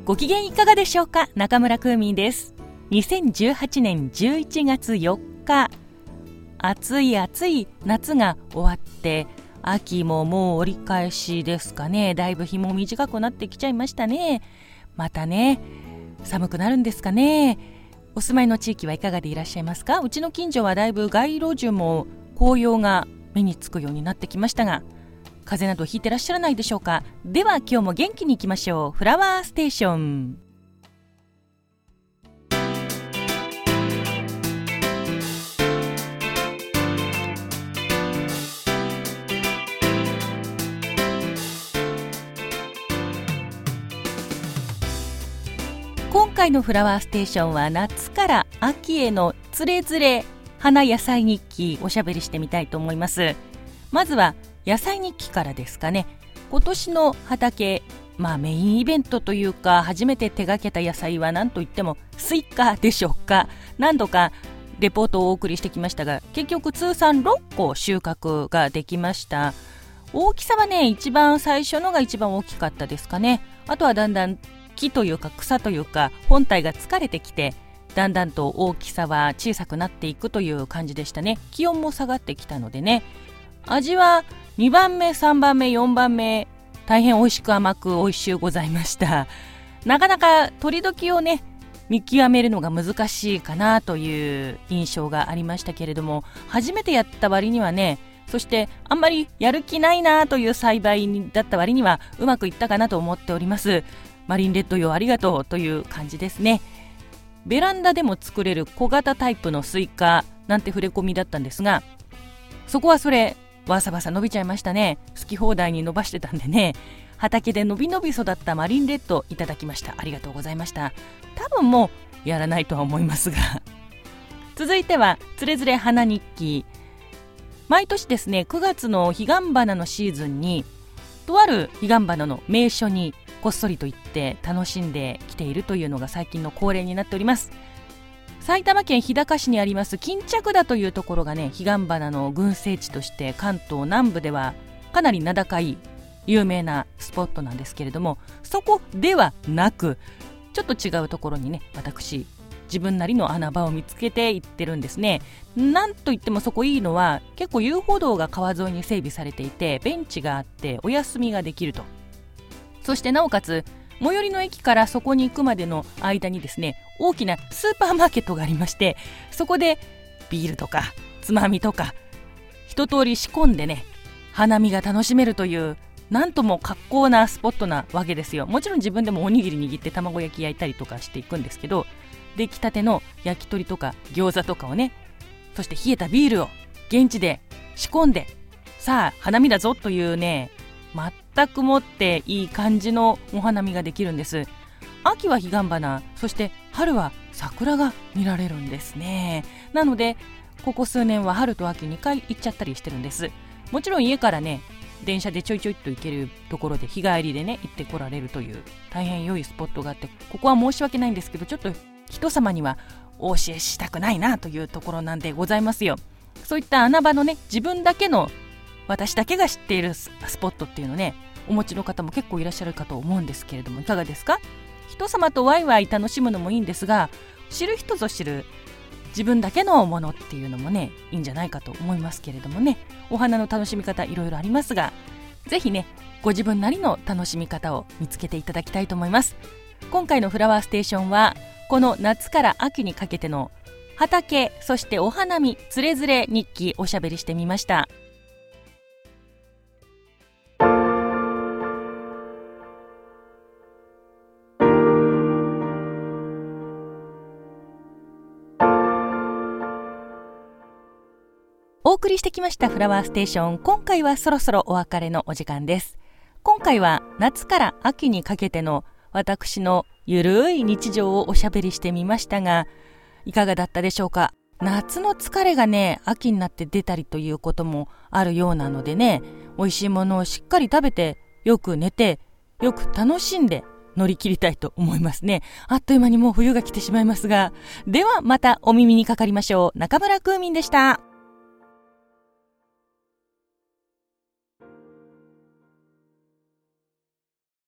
ご機嫌いかがでしょうか。中村クーミンです。2018年11月4日、暑い夏が終わって秋ももう折り返しですかね。だいぶ日も短くなってきちゃいましたね。またね、寒くなるんですかね。お住まいの地域はいかがでいらっしゃいますか。うちの近所はだいぶ街路樹も紅葉が目につくようになってきましたが、風邪などひいてらっしゃらないでしょうか。では今日も元気にいきましょう。フラワーステーション。今回のフラワーステーションは夏から秋へのつれづれ花野菜日記おしゃべりしてみたいと思います。まずは野菜日記からですかね。今年の畑、メインイベントというか初めて手がけた野菜は何といってもスイカでしょうか。何度かレポートをお送りしてきましたが、結局通算6個収穫ができました。大きさはね、一番最初のが一番大きかったですかね。あとはだんだん木というか草というか本体が疲れてきて、だんだんと大きさは小さくなっていくという感じでしたね。気温も下がってきたのでね。味は2番目3番目4番目大変美味しく甘く美味しゅうございました。なかなか取り時をね見極めるのが難しいかなという印象がありましたけれども、初めてやった割にはね、そしてあんまりやる気ないなという栽培だった割にはうまくいったかなと思っております。マリンレッドよありがとうという感じですね。ベランダでも作れる小型タイプのスイカなんて触れ込みだったんですが、そこはそれわさわさ伸びちゃいましたね。好き放題に伸ばしてたんでね、畑で伸び伸び育ったマリンレッドいただきました。ありがとうございました。多分もうやらないとは思いますが続いてはつれづれ花日記。毎年ですね、9月の彼岸花のシーズンにとある彼岸花の名所にこっそりと行って楽しんできているというのが最近の恒例になっております。埼玉県日高市にあります巾着田というところがね、彼岸花の群生地として関東南部ではかなり名高い有名なスポットなんですけれども、そこではなくちょっと違うところにね、私自分なりの穴場を見つけて行ってるんですね。なんといってもそこいいのは結構遊歩道が川沿いに整備されていて、ベンチがあってお休みができると。そしてなおかつ最寄りの駅からそこに行くまでの間にですね、大きなスーパーマーケットがありまして、そこでビールとかつまみとか一通り仕込んでね、花見が楽しめるというなんとも格好なスポットなわけですよ。もちろん自分でもおにぎり握って卵焼き焼いたりとかしていくんですけど、出来たての焼き鳥とか餃子とかをね、そして冷えたビールを現地で仕込んで、さあ花見だぞというね、全くもっていい感じのお花見ができるんです。秋は彼岸花、そして春は桜が見られるんですね。なのでここ数年は春と秋2回行っちゃったりしてるんです。もちろん家からね、電車でちょいちょいと行けるところで日帰りでね行ってこられるという大変良いスポットがあって、ここは申し訳ないんですけど、ちょっと人様にはお教えしたくないなというところなんでございますよ。そういった穴場のね、自分だけの私だけが知っているスポットっていうのね、お持ちの方も結構いらっしゃるかと思うんですけれども、いかがですか。人様とワイワイ楽しむのもいいんですが、知る人ぞ知る自分だけのものっていうのもね、いいんじゃないかと思いますけれどもね。お花の楽しみ方いろいろありますが、ぜひね、ご自分なりの楽しみ方を見つけていただきたいと思います。今回のフラワーステーションはこの夏から秋にかけての畑、そしてお花見つれづれ日記おしゃべりしてみました。お送りしてきましたフラワーステーション、今回はそろそろお別れのお時間です。今回は夏から秋にかけての私のゆるい日常をおしゃべりしてみましたが、いかがだったでしょうか。夏の疲れがね、秋になって出たりということもあるようなのでね、美味しいものをしっかり食べて、よく寝て、よく楽しんで乗り切りたいと思いますね。あっという間にもう冬が来てしまいますが、ではまたお耳にかかりましょう。中村クーミンでした。